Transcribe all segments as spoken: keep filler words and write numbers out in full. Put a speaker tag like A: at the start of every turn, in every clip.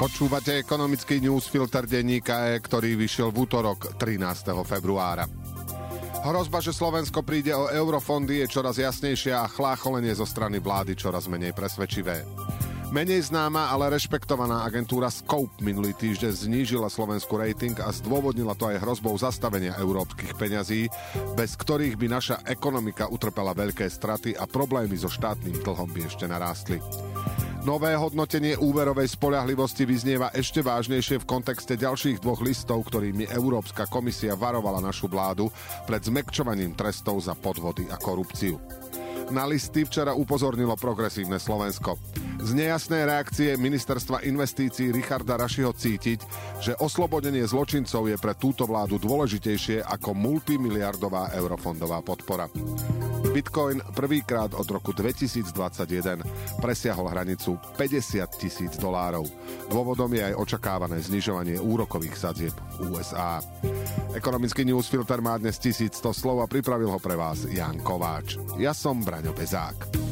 A: Počúvate ekonomický newsfilter denníka E, ktorý vyšiel v útorok trinásteho februára. Hrozba, že Slovensko príde o eurofondy, je čoraz jasnejšia a chlácholenie zo strany vlády čoraz menej presvedčivé. Menej známa, ale rešpektovaná agentúra Scope minulý týždeň znížila Slovensku rating a zdôvodnila to aj hrozbou zastavenia európskych peňazí, bez ktorých by naša ekonomika utrpela veľké straty a problémy so štátnym dlhom by ešte narástli. Nové hodnotenie úverovej spoľahlivosti vyznieva ešte vážnejšie v kontexte ďalších dvoch listov, ktorými Európska komisia varovala našu vládu pred zmäkčovaním trestov za podvody a korupciu. Na listy včera upozornilo Progresívne Slovensko. Z nejasnej reakcie ministerstva investícií Richarda Rašiho cítiť, že oslobodenie zločincov je pre túto vládu dôležitejšie ako multimiliardová eurofondová podpora. Bitcoin prvýkrát od roku dvetisícdvadsaťjeden presiahol hranicu päťdesiat tisíc dolárov. Dôvodom je aj očakávané znižovanie úrokových sadzieb v ú es á. Ekonomický newsfilter má dnes tisícsto slov a pripravil ho pre vás Ján Kováč. Ja som Braňo Bezák.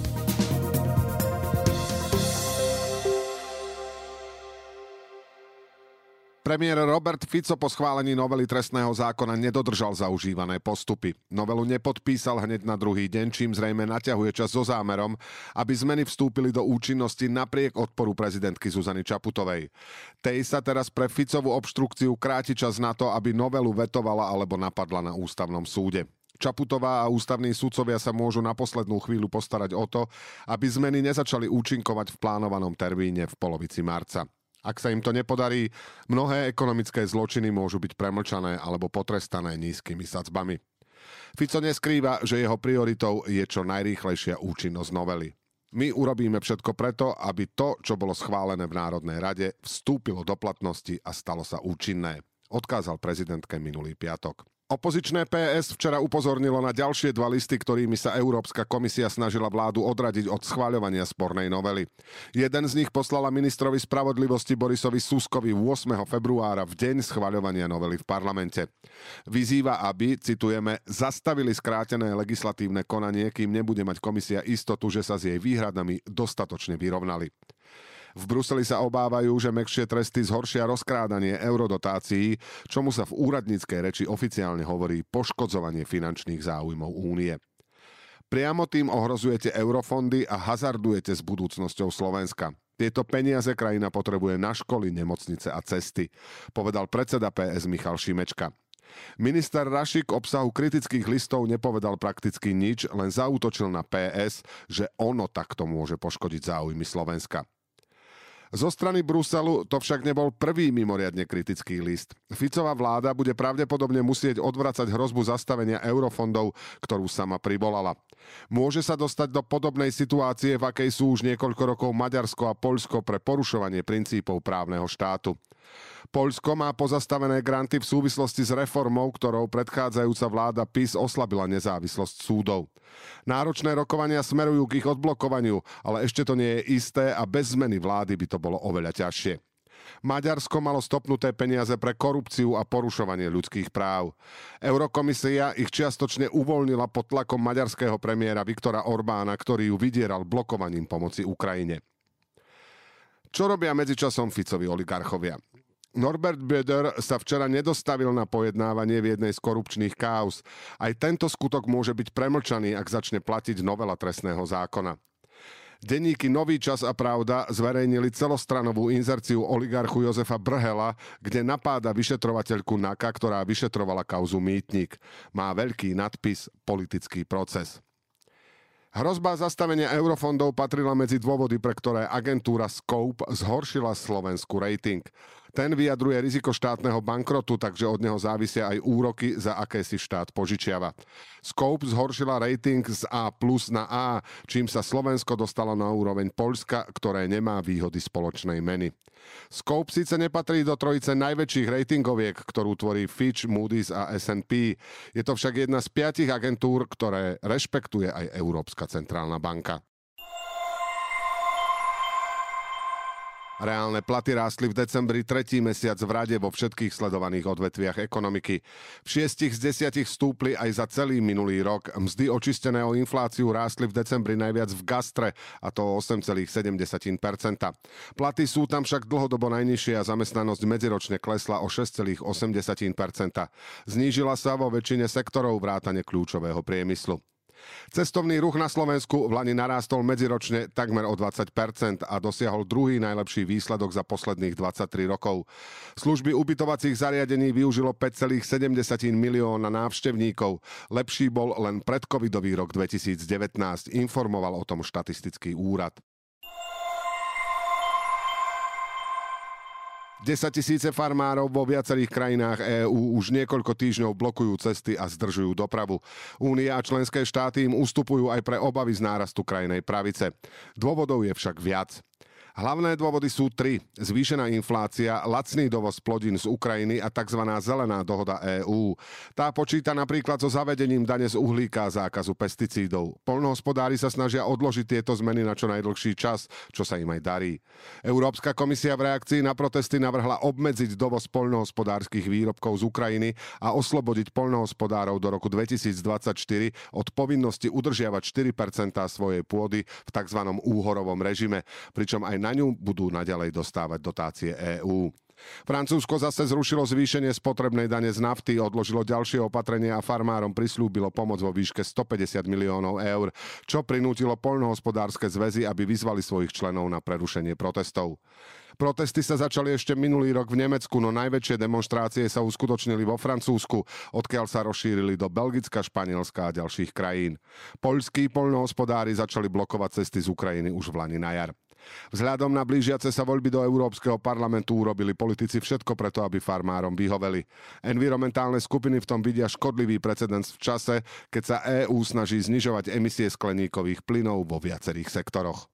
A: Premiér Robert Fico po schválení novely trestného zákona nedodržal zaužívané postupy. Novelu nepodpísal hneď na druhý deň, čím zrejme naťahuje čas so zámerom, aby zmeny vstúpili do účinnosti napriek odporu prezidentky Zuzany Čaputovej. Tej sa teraz pre Ficovú obštrukciu kráti čas na to, aby novelu vetovala alebo napadla na ústavnom súde. Čaputová a ústavní sudcovia sa môžu na poslednú chvíľu postarať o to, aby zmeny nezačali účinkovať v plánovanom termíne v polovici marca. Ak sa im to nepodarí, mnohé ekonomické zločiny môžu byť premlčané alebo potrestané nízkymi sadzbami. Fico neskrýva, že jeho prioritou je čo najrýchlejšia účinnosť novely. My urobíme všetko preto, aby to, čo bolo schválené v Národnej rade, vstúpilo do platnosti a stalo sa účinné, odkázal prezidentke minulý piatok. Opozičné pé es včera upozornilo na ďalšie dva listy, ktorými sa Európska komisia snažila vládu odradiť od schvaľovania spornej novely. Jeden z nich poslala ministrovi spravodlivosti Borisovi Suskovi ôsmeho februára v deň schvaľovania novely v parlamente. Vyzýva, aby, citujeme, zastavili skrátené legislatívne konanie, kým nebude mať komisia istotu, že sa s jej výhradami dostatočne vyrovnali. V Bruseli sa obávajú, že mäkšie tresty zhoršia rozkrádanie eurodotácií, čomu sa v úradníckej reči oficiálne hovorí poškodzovanie finančných záujmov únie. Priamo tým ohrozujete eurofondy a hazardujete s budúcnosťou Slovenska. Tieto peniaze krajina potrebuje na školy, nemocnice a cesty, povedal predseda pé es Michal Šimečka. Minister Rašík k obsahu kritických listov nepovedal prakticky nič, len zaútočil na pé es, že ono takto môže poškodiť záujmy Slovenska. Zo strany Bruselu to však nebol prvý mimoriadne kritický list. Ficová vláda bude pravdepodobne musieť odvracať hrozbu zastavenia eurofondov, ktorú sama privolala. Môže sa dostať do podobnej situácie, v akej sú už niekoľko rokov Maďarsko a Poľsko pre porušovanie princípov právneho štátu. Poľsko má pozastavené granty v súvislosti s reformou, ktorou predchádzajúca vláda pé í es oslabila nezávislosť súdov. Náročné rokovania smerujú k ich odblokovaniu, ale ešte to nie je isté a bez zmeny vlády by to bolo oveľa ťažšie. Maďarsko malo stopnuté peniaze pre korupciu a porušovanie ľudských práv. Eurokomisia ich čiastočne uvoľnila pod tlakom maďarského premiéra Viktora Orbána, ktorý ju vydieral blokovaním pomoci Ukrajine. Čo robia medzičasom Ficovi oligarchovia? Norbert Böder sa včera nedostavil na pojednávanie v jednej z korupčných káuz. Aj tento skutok môže byť premlčaný, ak začne platiť novela trestného zákona. Denníky Nový čas a Pravda zverejnili celostranovú inzerciu oligarchu Jozefa Brhela, kde napáda vyšetrovateľku NAKA, ktorá vyšetrovala kauzu Mýtnik. Má veľký nadpis Politický proces. Hrozba zastavenia eurofondov patrila medzi dôvody, pre ktoré agentúra Scope zhoršila Slovensku rating. Ten vyjadruje riziko štátneho bankrotu, takže od neho závisia aj úroky, za aké si štát požičiava. Scope zhoršila rating z á plus na A, čím sa Slovensko dostalo na úroveň Poľska, ktoré nemá výhody spoločnej meny. Scope síce nepatrí do trojice najväčších ratingoviek, ktorú tvorí Fitch, Moody's a es and pí. Je to však jedna z piatich agentúr, ktoré rešpektuje aj Európska centrálna banka. Reálne platy rástli v decembri tretí mesiac v rade vo všetkých sledovaných odvetviach ekonomiky. V šiestich z desiatich stúpli aj za celý minulý rok. Mzdy očistené o infláciu rástli v decembri najviac v gastre, a to o osem celá sedem percenta. Platy sú tam však dlhodobo najnižšie a zamestnanosť medziročne klesla o šesť celá osem percenta. Znížila sa vo väčšine sektorov vrátane kľúčového priemyslu. Cestovný ruch na Slovensku v lani narástol medziročne takmer o dvadsať percent a dosiahol druhý najlepší výsledok za posledných dvadsaťtri rokov. Služby ubytovacích zariadení využilo päť celá sedem milióna návštevníkov. Lepší bol len predcovidový rok dvetisícdevätnásť, informoval o tom štatistický úrad. Desaťtisíce farmárov vo viacerých krajinách EÚ už niekoľko týždňov blokujú cesty a zdržujú dopravu. Únia a členské štáty im ustupujú aj pre obavy z nárastu krajnej pravice. Dôvodov je však viac. Hlavné dôvody sú tri. Zvýšená inflácia, lacný dovoz plodín z Ukrajiny a tzv. Zelená dohoda EÚ. Tá počíta napríklad so zavedením dane z uhlíka a zákazu pesticídov. Poľnohospodári sa snažia odložiť tieto zmeny na čo najdlhší čas, čo sa im aj darí. Európska komisia v reakcii na protesty navrhla obmedziť dovoz poľnohospodárskych výrobkov z Ukrajiny a oslobodiť poľnohospodárov do roku dvetisícdvadsaťštyri od povinnosti udržiavať štyri percentá svojej pôdy v tzv. Úhorovom režime, pričom aj na ňu budú naďalej dostávať dotácie EÚ. Francúzsko zase zrušilo zvýšenie spotrebnej dane z nafty, odložilo ďalšie opatrenia a farmárom prisľúbilo pomoc vo výške stopäťdesiat miliónov eur, čo prinútilo poľnohospodárske zväzy, aby vyzvali svojich členov na prerušenie protestov. Protesty sa začali ešte minulý rok v Nemecku, no najväčšie demonštrácie sa uskutočnili vo Francúzsku, odkiaľ sa rozšírili do Belgicka, Španielska a ďalších krajín. Poľskí poľnohospodári začali blokovať cesty z Ukrajiny už v lani na jar. Vzhľadom na blížiace sa voľby do Európskeho parlamentu urobili politici všetko preto, aby farmárom vyhoveli. Environmentálne skupiny v tom vidia škodlivý precedens v čase, keď sa EÚ snaží znižovať emisie skleníkových plynov vo viacerých sektoroch.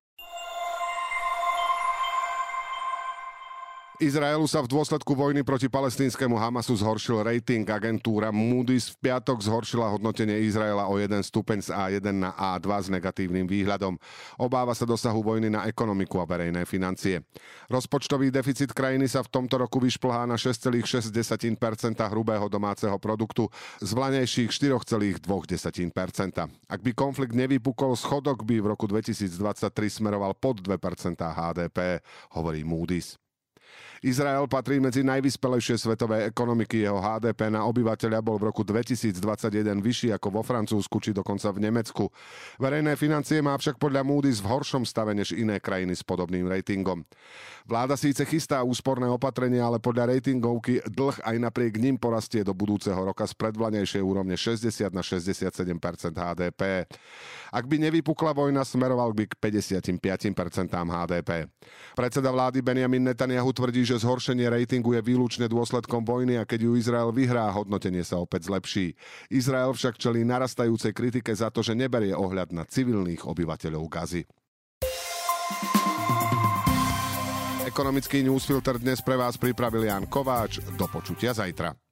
A: Izraelu sa v dôsledku vojny proti palestínskemu Hamasu zhoršil rating. Agentúra Moody's v piatok zhoršila hodnotenie Izraela o jeden stupeň z á jeden na á dva s negatívnym výhľadom. Obáva sa dosahu vojny na ekonomiku a verejné financie. Rozpočtový deficit krajiny sa v tomto roku vyšplhá na šesť celá šesť percenta hrubého domáceho produktu z vlanejších štyri celá dva percenta. Ak by konflikt nevypukol, schodok by v roku dvetisícdvadsaťtri smeroval pod dve percentá há dé pé, hovorí Moody's. Izrael patrí medzi najvyspelejšie svetové ekonomiky. Jeho há dé pé na obyvateľa bol v roku dvetisícdvadsaťjeden vyšší ako vo Francúzsku či dokonca v Nemecku. Verejné financie má však podľa Moody's v horšom stave než iné krajiny s podobným ratingom. Vláda síce chystá úsporné opatrenia, ale podľa ratingovky dlh aj napriek ním porastie do budúceho roka z predvlanejšej úrovne šesťdesiat na šesťdesiatsedem percent há dé pé. Ak by nevypukla vojna, smeroval by k päťdesiatpäť percent há dé pé. Predseda vlády Benjamin Netanjahu tvrdí, že zhoršenie ratingu je výlučne dôsledkom vojny a keď ju Izrael vyhrá, hodnotenie sa opäť zlepší. Izrael však čelí narastajúcej kritike za to, že neberie ohľad na civilných obyvateľov Gazy. Ekonomický newsfilter dnes pre vás pripravil Ján Kováč. Do počutia zajtra.